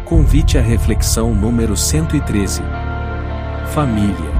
Convite à reflexão número 113. Família.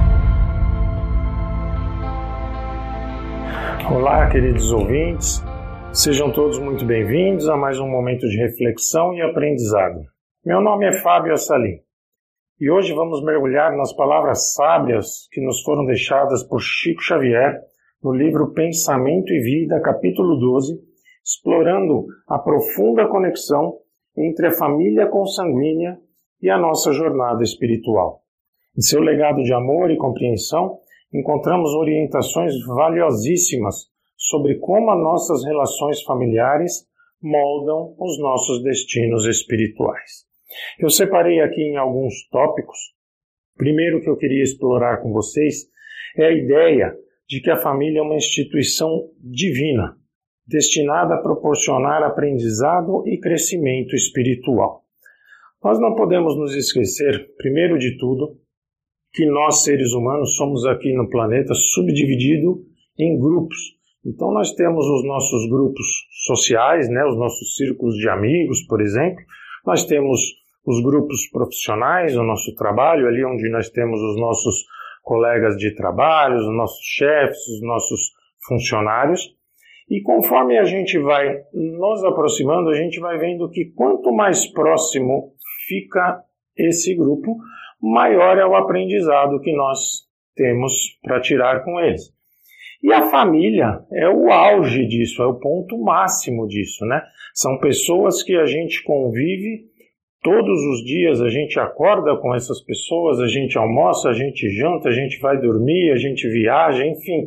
Olá, queridos ouvintes. Sejam todos muito bem-vindos a mais um momento de reflexão e aprendizado. Meu nome é Fábio Assalim e hoje vamos mergulhar nas palavras sábias que nos foram deixadas por Chico Xavier no livro Pensamento e Vida, capítulo 12, explorando a profunda conexão entre a família consanguínea e a nossa jornada espiritual. Em seu legado de amor e compreensão, encontramos orientações valiosíssimas sobre como as nossas relações familiares moldam os nossos destinos espirituais. Eu separei aqui em alguns tópicos. Primeiro que eu queria explorar com vocês é a ideia de que a família é uma instituição divina, destinada a proporcionar aprendizado e crescimento espiritual. Nós não podemos nos esquecer, primeiro de tudo, que nós, seres humanos, somos aqui no planeta subdividido em grupos. Então nós temos os nossos grupos sociais, os nossos círculos de amigos, por exemplo. Nós temos os grupos profissionais, o nosso trabalho, ali onde nós temos os nossos colegas de trabalho, os nossos chefes, os nossos funcionários. E conforme a gente vai nos aproximando, a gente vai vendo que quanto mais próximo fica esse grupo, maior é o aprendizado que nós temos para tirar com eles. E a família é o auge disso, é o ponto máximo disso, São pessoas que a gente convive todos os dias, a gente acorda com essas pessoas, a gente almoça, a gente janta, a gente vai dormir, a gente viaja, enfim.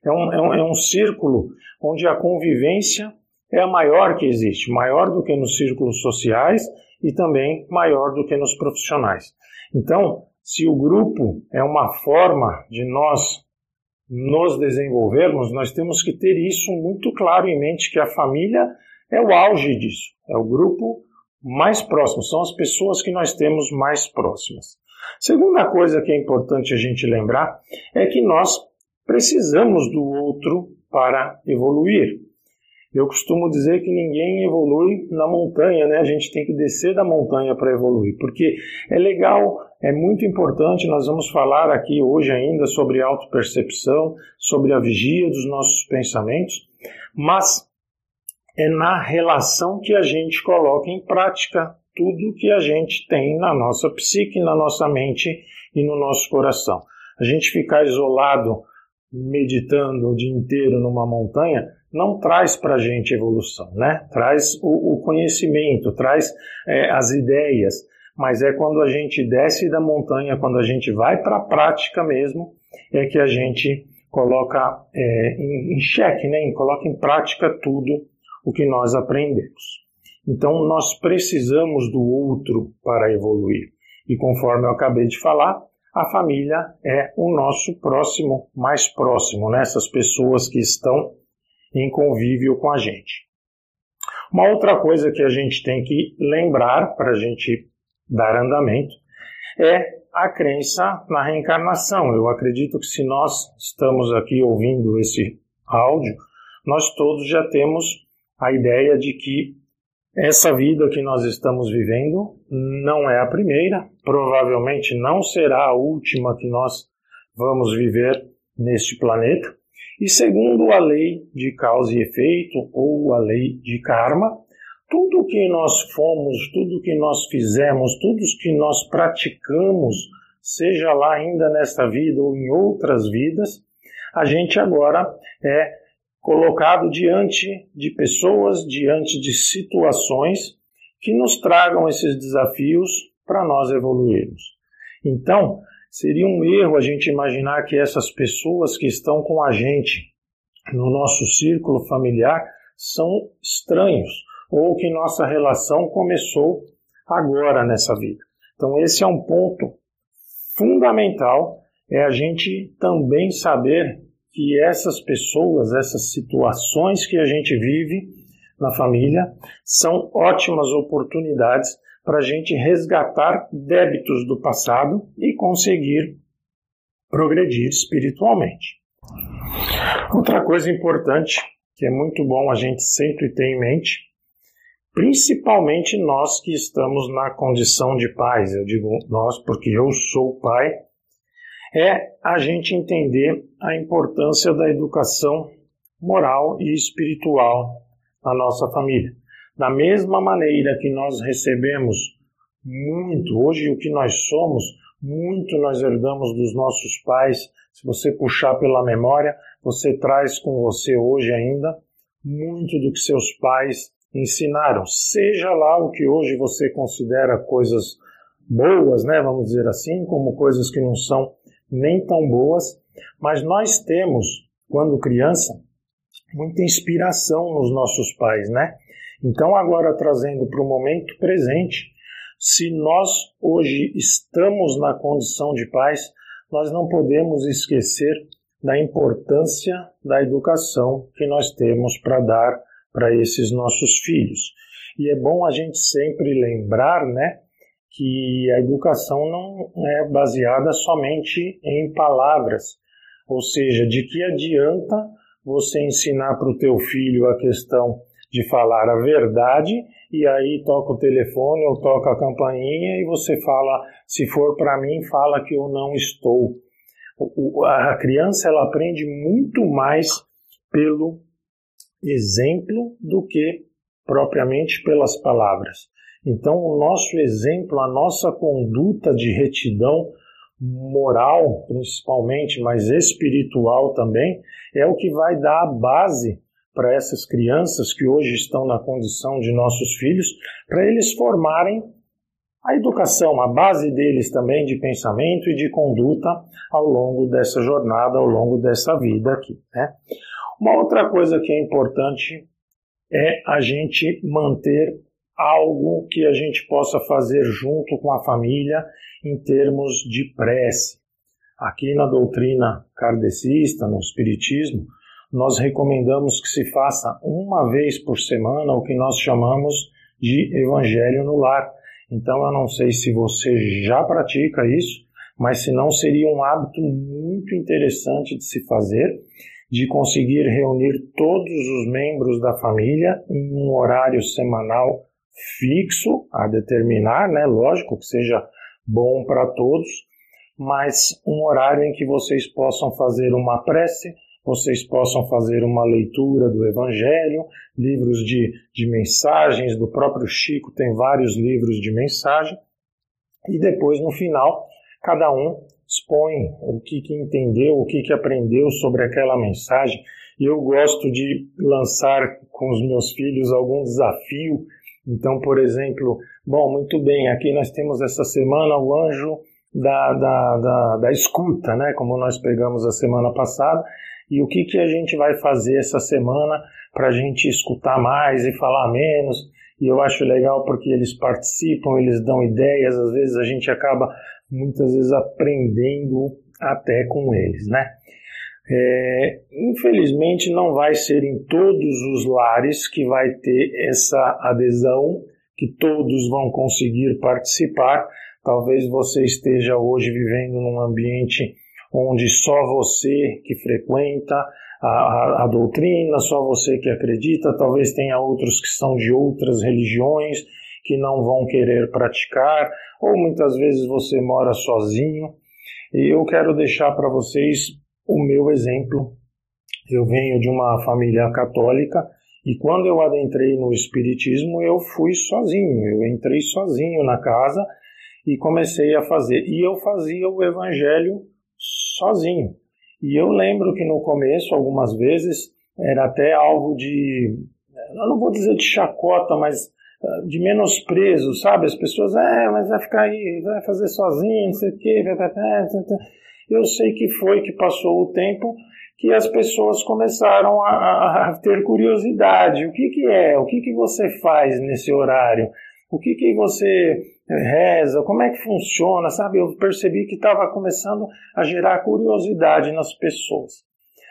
É um círculo onde a convivência é a maior que existe, maior do que nos círculos sociais e também maior do que nos profissionais. Então, se o grupo é uma forma de nós nos desenvolvermos, nós temos que ter isso muito claro em mente, que a família é o auge disso, é o grupo mais próximo, são as pessoas que nós temos mais próximas. Segunda coisa que é importante a gente lembrar é que nós precisamos do outro para evoluir. Eu costumo dizer que ninguém evolui na montanha, A gente tem que descer da montanha para evoluir, porque é legal, é muito importante. Nós vamos falar aqui hoje ainda sobre autopercepção, sobre a vigia dos nossos pensamentos, mas é na relação que a gente coloca em prática tudo que a gente tem na nossa psique, na nossa mente e no nosso coração. A gente ficar isolado, meditando o dia inteiro numa montanha, não traz para a gente evolução, Traz o conhecimento, traz as ideias, mas é quando a gente desce da montanha, quando a gente vai para a prática mesmo, é que a gente coloca em xeque, coloca em prática tudo o que nós aprendemos. Então nós precisamos do outro para evoluir. E conforme eu acabei de falar, a família é o nosso próximo, mais próximo, Essas pessoas que estão em convívio com a gente. Uma outra coisa que a gente tem que lembrar para a gente dar andamento é a crença na reencarnação. Eu acredito que se nós estamos aqui ouvindo esse áudio, nós todos já temos a ideia de que essa vida que nós estamos vivendo não é a primeira, provavelmente não será a última que nós vamos viver neste planeta. E segundo a lei de causa e efeito, ou a lei de karma, tudo que nós fomos, tudo que nós fizemos, tudo que nós praticamos, seja lá ainda nesta vida ou em outras vidas, a gente agora é colocado diante de pessoas, diante de situações que nos tragam esses desafios para nós evoluirmos. Então, seria um erro a gente imaginar que essas pessoas que estão com a gente no nosso círculo familiar são estranhos, ou que nossa relação começou agora nessa vida. Então esse é um ponto fundamental, é a gente também saber que essas pessoas, essas situações que a gente vive na família, são ótimas oportunidades para a gente resgatar débitos do passado e conseguir progredir espiritualmente. Outra coisa importante, que é muito bom a gente sempre ter em mente, principalmente nós que estamos na condição de pais, eu digo nós porque eu sou pai, é a gente entender a importância da educação moral e espiritual na nossa família. Da mesma maneira que nós recebemos muito, hoje o que nós somos, muito nós herdamos dos nossos pais. Se você puxar pela memória, você traz com você hoje ainda muito do que seus pais ensinaram. Seja lá o que hoje você considera coisas boas, né, vamos dizer assim, como coisas que não são nem tão boas, mas nós temos, quando criança, muita inspiração nos nossos pais, né? Então, agora trazendo para o momento presente, se nós hoje estamos na condição de pais, nós não podemos esquecer da importância da educação que nós temos para dar para esses nossos filhos. E é bom a gente sempre lembrar, né, que a educação não é baseada somente em palavras, ou seja, de que adianta você ensinar para o teu filho a questão de falar a verdade e aí toca o telefone ou toca a campainha e você fala, se for para mim, fala que eu não estou. A criança ela aprende muito mais pelo exemplo do que propriamente pelas palavras. Então, o nosso exemplo, a nossa conduta de retidão moral, principalmente, mas espiritual também, é o que vai dar a base para essas crianças que hoje estão na condição de nossos filhos, para eles formarem a educação, a base deles também de pensamento e de conduta ao longo dessa jornada, ao longo dessa vida aqui, né? Uma outra coisa que é importante é a gente manter algo que a gente possa fazer junto com a família em termos de prece. Aqui na doutrina kardecista, no Espiritismo, nós recomendamos que se faça uma vez por semana o que nós chamamos de Evangelho no Lar. Então eu não sei se você já pratica isso, mas se não seria um hábito muito interessante de se fazer, de conseguir reunir todos os membros da família em um horário semanal fixo a determinar, né? Lógico que seja bom para todos, mas um horário em que vocês possam fazer uma prece, vocês possam fazer uma leitura do Evangelho, livros de mensagens, do próprio Chico tem vários livros de mensagem, e depois no final cada um expõe o que entendeu, o que aprendeu sobre aquela mensagem. E eu gosto de lançar com os meus filhos algum desafio. Então, por exemplo, bom, muito bem, aqui nós temos essa semana o anjo da escuta, né, como nós pegamos a semana passada, e o que a gente vai fazer essa semana para a gente escutar mais e falar menos. E eu acho legal porque eles participam, eles dão ideias, às vezes a gente acaba muitas vezes aprendendo até com eles, né? Infelizmente não vai ser em todos os lares que vai ter essa adesão, que todos vão conseguir participar. Talvez você esteja hoje vivendo num ambiente onde só você que frequenta a doutrina, só você que acredita, talvez tenha outros que são de outras religiões que não vão querer praticar, ou muitas vezes você mora sozinho. E eu quero deixar para vocês o meu exemplo. Eu venho de uma família católica e quando eu adentrei no Espiritismo eu fui sozinho, eu entrei sozinho na casa e comecei a fazer. E eu fazia o Evangelho sozinho. E eu lembro que no começo, algumas vezes, era até alvo de, eu não vou dizer de chacota, mas de menosprezo, sabe? As pessoas, mas vai ficar aí, vai fazer sozinho, não sei o quê. Eu sei que foi que passou o tempo que as pessoas começaram a ter curiosidade. O que é? O que você faz nesse horário? O que você reza? Como é que funciona? Sabe? Eu percebi que estava começando a gerar curiosidade nas pessoas.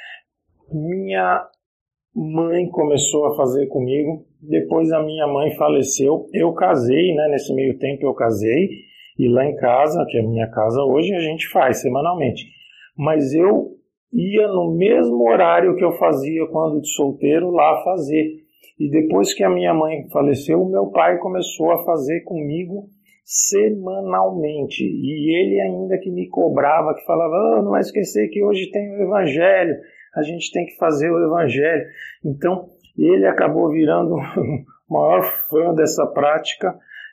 Minha mãe começou a fazer comigo. Depois a minha mãe faleceu. Eu casei, né? Nesse meio tempo eu casei. E lá em casa, que é a minha casa hoje, a gente faz semanalmente. Mas eu ia no mesmo horário que eu fazia quando de solteiro lá fazer. E depois que a minha mãe faleceu, o meu pai começou a fazer comigo semanalmente. E ele ainda que me cobrava, que falava, não vai esquecer que hoje tem o Evangelho, a gente tem que fazer o Evangelho. Então, ele acabou virando o maior fã dessa prática.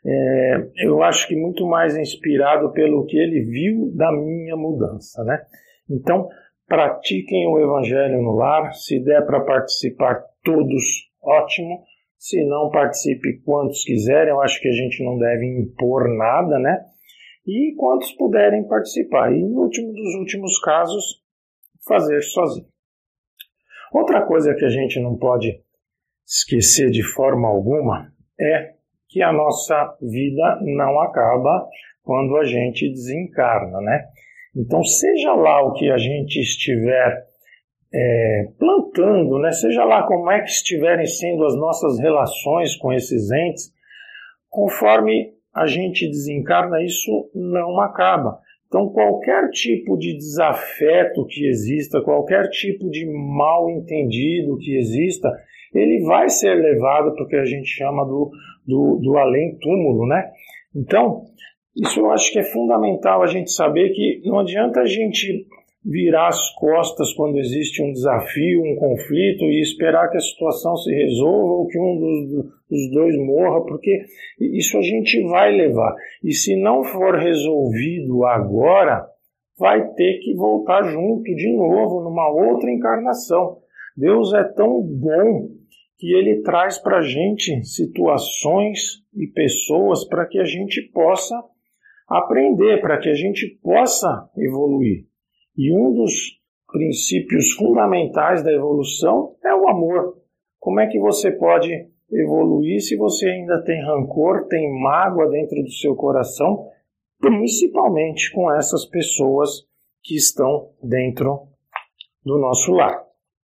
Eu acho que muito mais inspirado pelo que ele viu da minha mudança, né? Então, pratiquem o Evangelho no lar. Se der para participar todos, ótimo. Se não, participe quantos quiserem. Eu acho que a gente não deve impor nada, né? E quantos puderem participar. E no último dos últimos casos, fazer sozinho. Outra coisa que a gente não pode esquecer de forma alguma é que a nossa vida não acaba quando a gente desencarna, né? Então, seja lá o que a gente estiver plantando, né? Seja lá como é que estiverem sendo as nossas relações com esses entes, conforme a gente desencarna, isso não acaba. Então, qualquer tipo de desafeto que exista, qualquer tipo de mal entendido que exista, ele vai ser levado para o que a gente chama do além-túmulo, né? Então, isso eu acho que é fundamental a gente saber que não adianta a gente virar as costas quando existe um desafio, um conflito e esperar que a situação se resolva ou que um dos dois morra, porque isso a gente vai levar. E se não for resolvido agora, vai ter que voltar junto de novo numa outra encarnação. Deus é tão bom que Ele traz para a gente situações e pessoas para que a gente possa aprender, para que a gente possa evoluir. E um dos princípios fundamentais da evolução é o amor. Como é que você pode evoluir se você ainda tem rancor, tem mágoa dentro do seu coração, principalmente com essas pessoas que estão dentro do nosso lar?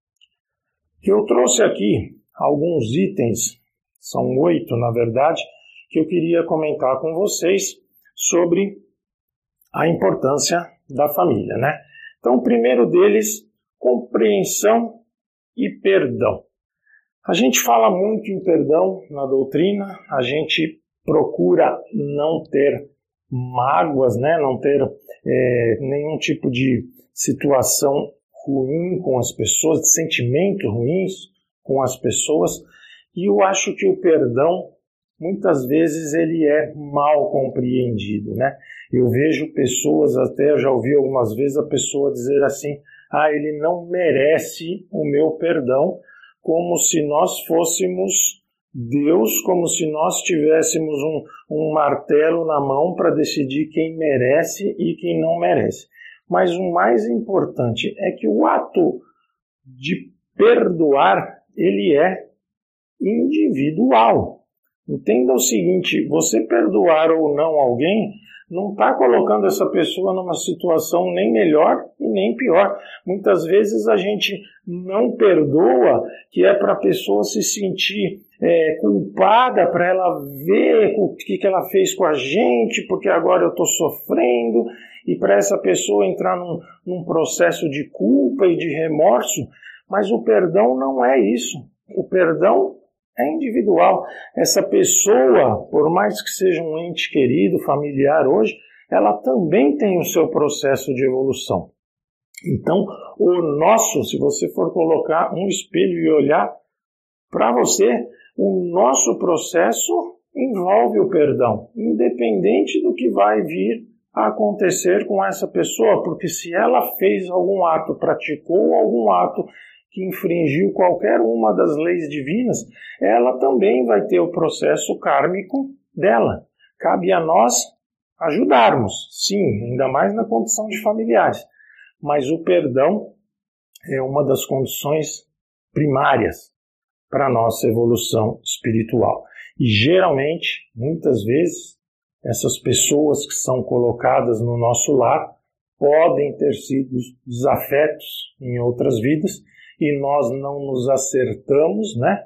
Eu trouxe aqui alguns itens, são 8 na verdade, que eu queria comentar com vocês sobre a importância da família, né? Então, o primeiro deles, compreensão e perdão. A gente fala muito em perdão na doutrina, a gente procura não ter mágoas, né? Não ter nenhum tipo de situação ruim com as pessoas, de sentimentos ruins com as pessoas, e eu acho que o perdão, muitas vezes, ele é mal compreendido, né? Eu vejo pessoas, até eu já ouvi algumas vezes a pessoa dizer assim, ele não merece o meu perdão, como se nós fôssemos Deus, como se nós tivéssemos um martelo na mão para decidir quem merece e quem não merece. Mas o mais importante é que o ato de perdoar, ele é individual. Entenda o seguinte, você perdoar ou não alguém não está colocando essa pessoa numa situação nem melhor e nem pior. Muitas vezes a gente não perdoa, que é para a pessoa se sentir culpada, para ela ver o que ela fez com a gente, porque agora eu estou sofrendo, e para essa pessoa entrar num processo de culpa e de remorso. Mas o perdão não é isso. O perdão é individual. Essa pessoa, por mais que seja um ente querido, familiar hoje, ela também tem o seu processo de evolução. Então, o nosso, se você for colocar um espelho e olhar para você, o nosso processo envolve o perdão, independente do que vai vir a acontecer com essa pessoa, porque se ela fez algum ato, praticou algum ato que infringiu qualquer uma das leis divinas, ela também vai ter o processo kármico dela. Cabe a nós ajudarmos, sim, ainda mais na condição de familiares. Mas o perdão é uma das condições primárias para a nossa evolução espiritual. E geralmente, muitas vezes, essas pessoas que são colocadas no nosso lar podem ter sido desafetos em outras vidas, e nós não nos acertamos, né?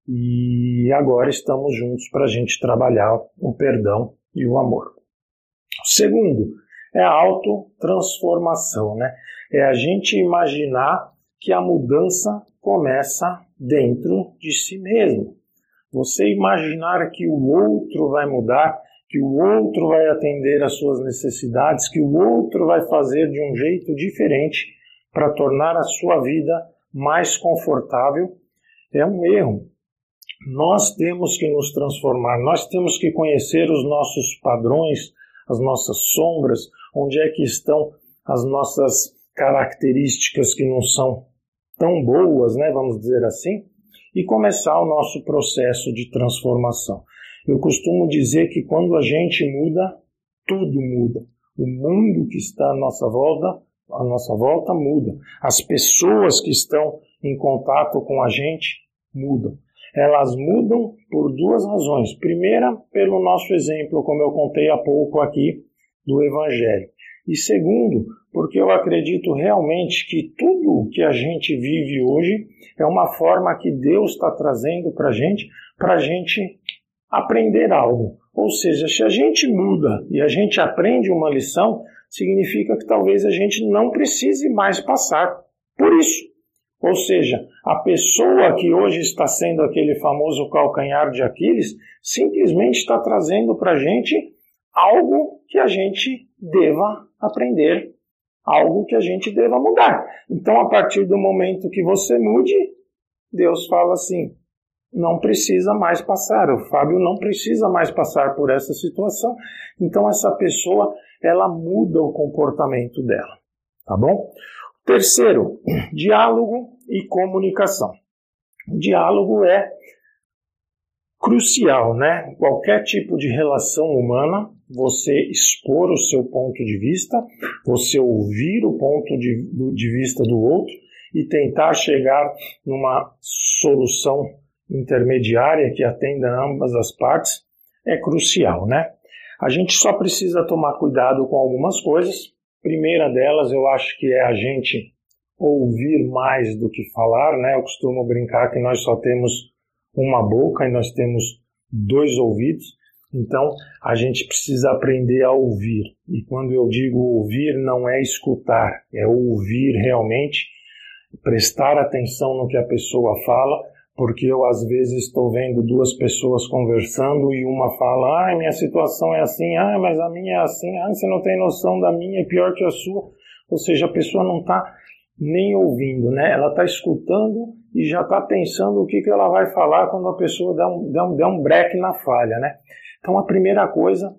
E agora estamos juntos para a gente trabalhar o perdão e o amor. O segundo é a autotransformação, né? É a gente imaginar que a mudança começa dentro de si mesmo. Você imaginar que o outro vai mudar, que o outro vai atender às suas necessidades, que o outro vai fazer de um jeito diferente para tornar a sua vida mais confortável, é um erro. Nós temos que nos transformar, nós temos que conhecer os nossos padrões, as nossas sombras, onde é que estão as nossas características que não são tão boas, né, vamos dizer assim, e começar o nosso processo de transformação. Eu costumo dizer que quando a gente muda, tudo muda. O mundo que está à nossa volta muda. As pessoas que estão em contato com a gente mudam. Elas mudam por duas razões. Primeira, pelo nosso exemplo, como eu contei há pouco aqui, do Evangelho. E segundo, porque eu acredito realmente que tudo o que a gente vive hoje é uma forma que Deus está trazendo para a gente aprender algo. Ou seja, se a gente muda e a gente aprende uma lição, significa que talvez a gente não precise mais passar por isso. Ou seja, a pessoa que hoje está sendo aquele famoso calcanhar de Aquiles, simplesmente está trazendo para a gente algo que a gente deva aprender, algo que a gente deva mudar. Então, a partir do momento que você mude, Deus fala assim, não precisa mais passar, o Fábio não precisa mais passar por essa situação. Então, essa pessoa, ela muda o comportamento dela, tá bom? Terceiro, diálogo e comunicação. O diálogo é crucial, né? Qualquer tipo de relação humana, você expor o seu ponto de vista, você ouvir o ponto de vista do outro e tentar chegar numa solução intermediária que atenda ambas as partes, é crucial, né? A gente só precisa tomar cuidado com algumas coisas. Primeira delas, eu acho que é a gente ouvir mais do que falar, né? Eu costumo brincar que nós só temos uma boca e nós temos 2 ouvidos, então a gente precisa aprender a ouvir. E quando eu digo ouvir, não é escutar, é ouvir realmente, prestar atenção no que a pessoa fala, porque eu às vezes estou vendo 2 pessoas conversando e uma fala, minha situação é assim, mas a minha é assim, você não tem noção da minha, é pior que a sua. Ou seja, a pessoa não está nem ouvindo, né? Ela está escutando e já está pensando o que ela vai falar quando a pessoa der um break na falha, né? Então a primeira coisa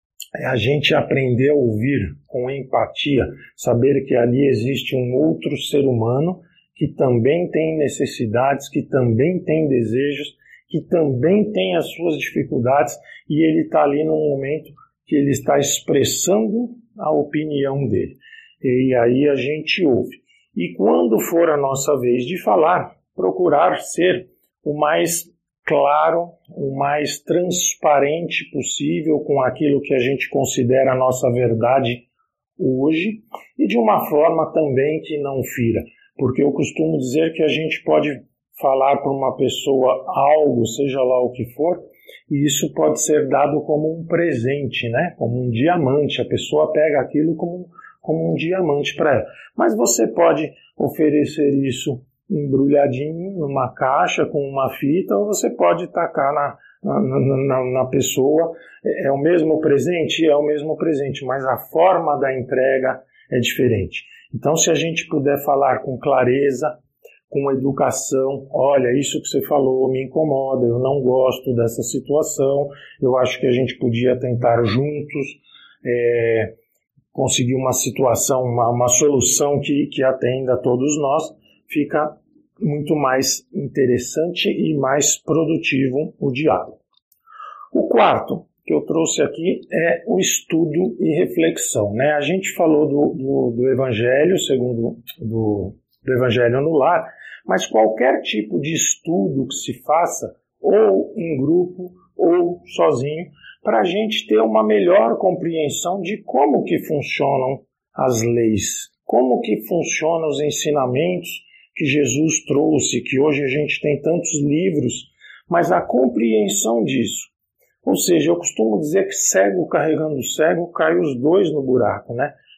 é a gente aprender a ouvir com empatia, saber que ali existe um outro ser humano que também tem necessidades, que também tem desejos, que também tem as suas dificuldades e ele está ali num momento que ele está expressando a opinião dele. E aí a gente ouve. E quando for a nossa vez de falar, procurar ser o mais claro, o mais transparente possível com aquilo que a gente considera a nossa verdade hoje e de uma forma também que não fira. Porque eu costumo dizer que a gente pode falar para uma pessoa algo, seja lá o que for, e isso pode ser dado como um presente, né? Como um diamante. A pessoa pega aquilo como um diamante para ela. Mas você pode oferecer isso embrulhadinho numa caixa com uma fita, ou você pode tacar na pessoa. É o mesmo presente? É o mesmo presente, mas a forma da entrega é diferente. Então, se a gente puder falar com clareza, com educação, olha, isso que você falou me incomoda, eu não gosto dessa situação, eu acho que a gente podia tentar juntos conseguir uma situação, uma solução que atenda a todos nós, fica muito mais interessante e mais produtivo o diálogo. O quarto que eu trouxe aqui é o estudo e reflexão, né? A gente falou do Evangelho, segundo do Evangelho no Lar, mas qualquer tipo de estudo que se faça, ou em grupo, ou sozinho, para a gente ter uma melhor compreensão de como que funcionam as leis, como que funcionam os ensinamentos que Jesus trouxe, que hoje a gente tem tantos livros, mas a compreensão disso. Ou seja, eu costumo dizer que cego carregando cego, cai os 2 no buraco, né?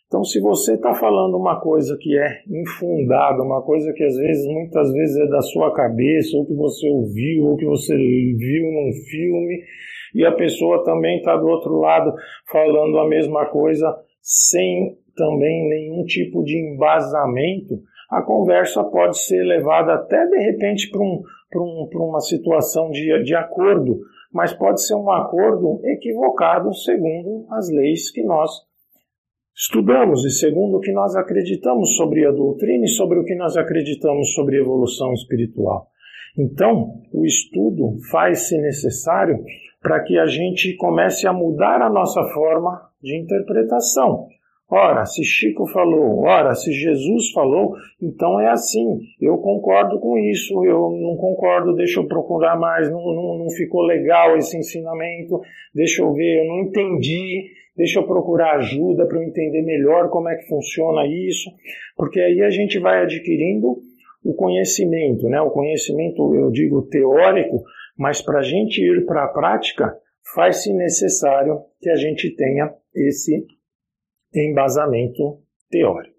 Então, se você está falando uma coisa que é infundada, uma coisa que muitas vezes é da sua cabeça, ou que você ouviu, ou que você viu num filme, e a pessoa também está do outro lado falando a mesma coisa, sem também nenhum tipo de embasamento, a conversa pode ser levada até de repente para uma situação de acordo, mas pode ser um acordo equivocado segundo as leis que nós estudamos e segundo o que nós acreditamos sobre a doutrina e sobre o que nós acreditamos sobre a evolução espiritual. Então, o estudo faz-se necessário para que a gente comece a mudar a nossa forma de interpretação. Ora, se Chico falou, ora, se Jesus falou, então é assim, eu concordo com isso, eu não concordo, deixa eu procurar mais, não ficou legal esse ensinamento, deixa eu ver, eu não entendi, deixa eu procurar ajuda para eu entender melhor como é que funciona isso, porque aí a gente vai adquirindo o conhecimento, né? O conhecimento, eu digo, teórico, mas para a gente ir para a prática, faz-se necessário que a gente tenha esse embasamento teórico.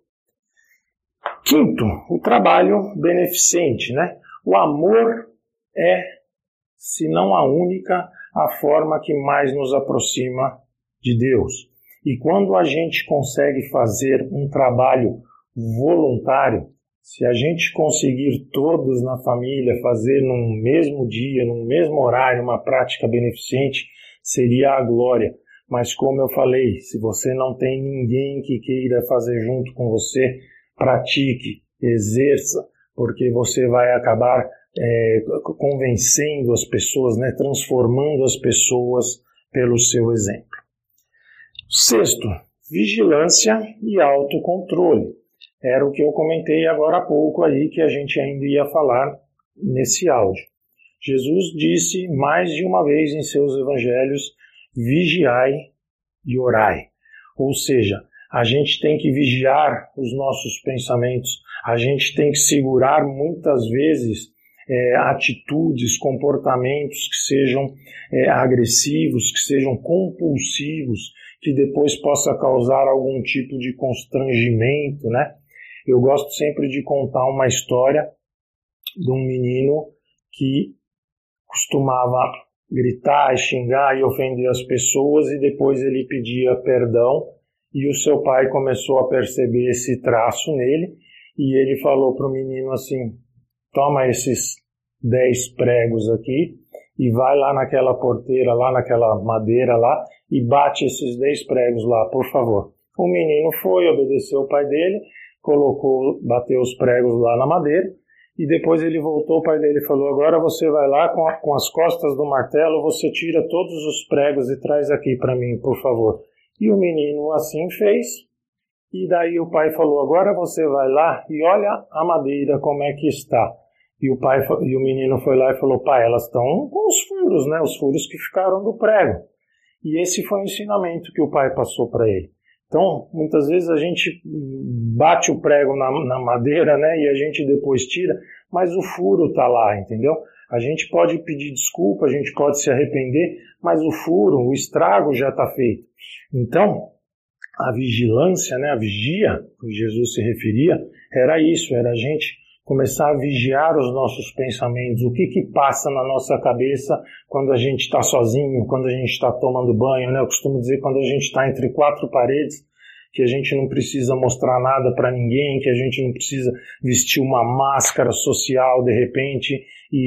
Quinto, o trabalho beneficente, né? O amor é, se não a única, a forma que mais nos aproxima de Deus. E quando a gente consegue fazer um trabalho voluntário, se a gente conseguir todos na família fazer num mesmo dia, num mesmo horário, uma prática beneficente, seria a glória. Mas como eu falei, se você não tem ninguém que queira fazer junto com você, pratique, exerça, porque você vai acabar convencendo as pessoas, né, transformando as pessoas pelo seu exemplo. Sexto, vigilância e autocontrole. Era o que eu comentei agora há pouco aí, que a gente ainda ia falar nesse áudio. Jesus disse mais de uma vez em seus evangelhos, vigiai e orai. Ou seja, a gente tem que vigiar os nossos pensamentos, a gente tem que segurar muitas vezes atitudes, comportamentos que sejam agressivos, que sejam compulsivos, que depois possa causar algum tipo de constrangimento, né? Eu gosto sempre de contar uma história de um menino que costumava gritar, xingar e ofender as pessoas e depois ele pedia perdão e o seu pai começou a perceber esse traço nele e ele falou para o menino assim, toma esses 10 pregos aqui e vai lá naquela porteira, lá naquela madeira lá e bate esses 10 pregos lá, por favor. O menino foi, obedeceu o pai dele, bateu os pregos lá na madeira e depois ele voltou, o pai dele falou, agora você vai lá com as costas do martelo, você tira todos os pregos e traz aqui para mim, por favor. E o menino assim fez e daí o pai falou, agora você vai lá e olha a madeira como é que está. E o menino foi lá e falou, pai, elas estão com os furos, né? Os furos que ficaram do prego. E esse foi o ensinamento que o pai passou para ele. Então, muitas vezes a gente bate o prego na madeira, né? E a gente depois tira, mas o furo está lá, entendeu? A gente pode pedir desculpa, a gente pode se arrepender, mas o furo, o estrago já está feito. Então, a vigilância, né? A vigia, que Jesus se referia, era isso, era a gente começar a vigiar os nossos pensamentos, o que passa na nossa cabeça quando a gente está sozinho, quando a gente está tomando banho, né? Eu costumo dizer quando a gente está entre 4 paredes, que a gente não precisa mostrar nada para ninguém, que a gente não precisa vestir uma máscara social de repente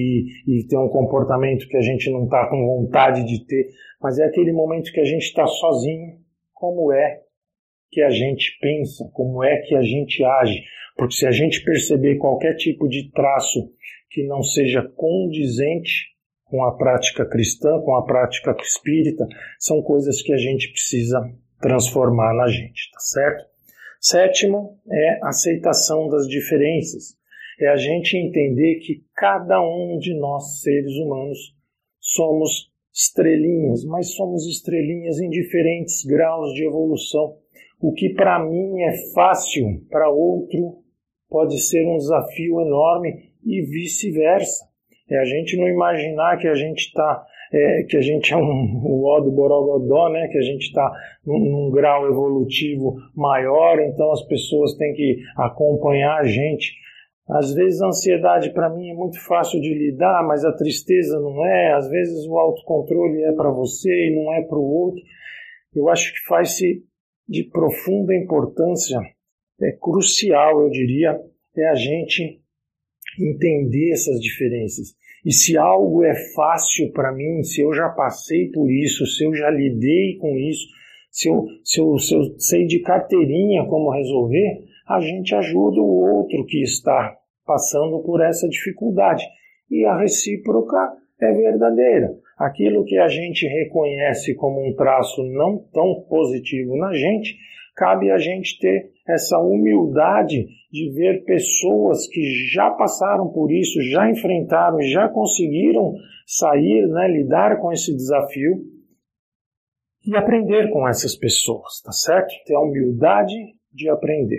e ter um comportamento que a gente não está com vontade de ter, mas é aquele momento que a gente está sozinho, como é que a gente pensa, como é que a gente age. Porque se a gente perceber qualquer tipo de traço que não seja condizente com a prática cristã, com a prática espírita, são coisas que a gente precisa transformar na gente, tá certo? Sétimo é a aceitação das diferenças. É a gente entender que cada um de nós, seres humanos, somos estrelinhas, mas somos estrelinhas em diferentes graus de evolução. O que para mim é fácil, para outro pode ser um desafio enorme e vice-versa. É a gente não imaginar que a gente está que a gente é o ó do Borogodó, né? Que a gente está num grau evolutivo maior, então as pessoas têm que acompanhar a gente. Às vezes a ansiedade para mim é muito fácil de lidar, mas a tristeza não é. Às vezes o autocontrole é para você e não é para o outro. Eu acho que faz-se de profunda importância, é crucial, eu diria, é a gente entender essas diferenças. E se algo é fácil para mim, se eu já passei por isso, se eu já lidei com isso, se eu sei de carteirinha como resolver, a gente ajuda o outro que está passando por essa dificuldade. E a recíproca é verdadeira. Aquilo que a gente reconhece como um traço não tão positivo na gente, cabe a gente ter essa humildade de ver pessoas que já passaram por isso, já enfrentaram, já conseguiram sair, né, lidar com esse desafio e aprender com essas pessoas, tá certo? Ter a humildade de aprender.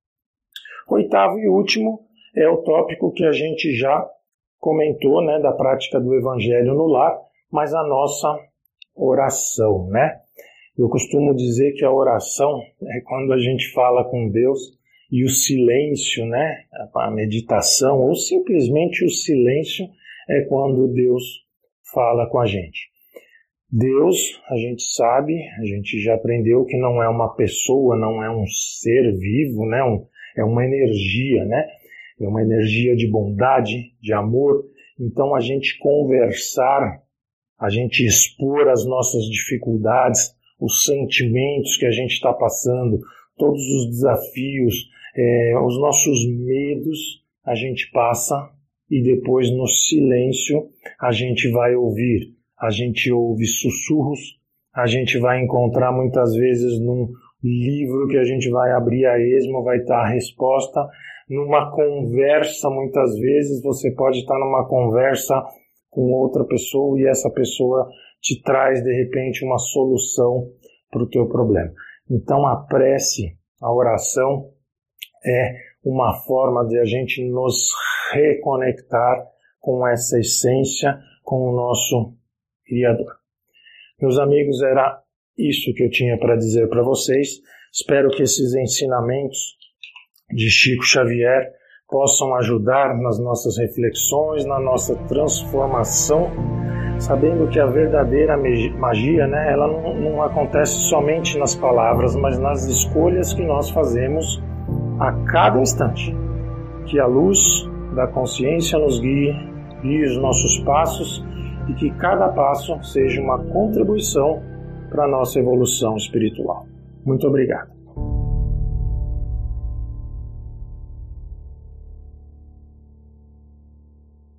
Oitavo e último é o tópico que a gente já comentou, né, da prática do Evangelho no lar, mas a nossa oração, né? Eu costumo dizer que a oração é quando a gente fala com Deus e o silêncio, né, a meditação ou simplesmente o silêncio é quando Deus fala com a gente. Deus, a gente sabe, a gente já aprendeu que não é uma pessoa, não é um ser vivo, né, é uma energia, né? É uma energia de bondade, de amor. Então a gente conversar, a gente expor as nossas dificuldades, os sentimentos que a gente está passando, todos os desafios, os nossos medos, a gente passa e depois no silêncio a gente vai ouvir. A gente ouve sussurros, a gente vai encontrar muitas vezes num livro que a gente vai abrir a esmo, vai estar a resposta. Numa conversa, muitas vezes, você pode estar numa conversa com outra pessoa e essa pessoa te traz, de repente, uma solução para o teu problema. Então, a prece, a oração, é uma forma de a gente nos reconectar com essa essência, com o nosso Criador. Meus amigos, era isso que eu tinha para dizer para vocês. Espero que esses ensinamentos de Chico Xavier possam ajudar nas nossas reflexões, na nossa transformação, sabendo que a verdadeira magia, né, ela não acontece somente nas palavras, mas nas escolhas que nós fazemos a cada instante. Que a luz da consciência nos guie os nossos passos e que cada passo seja uma contribuição para a nossa evolução espiritual. Muito obrigado.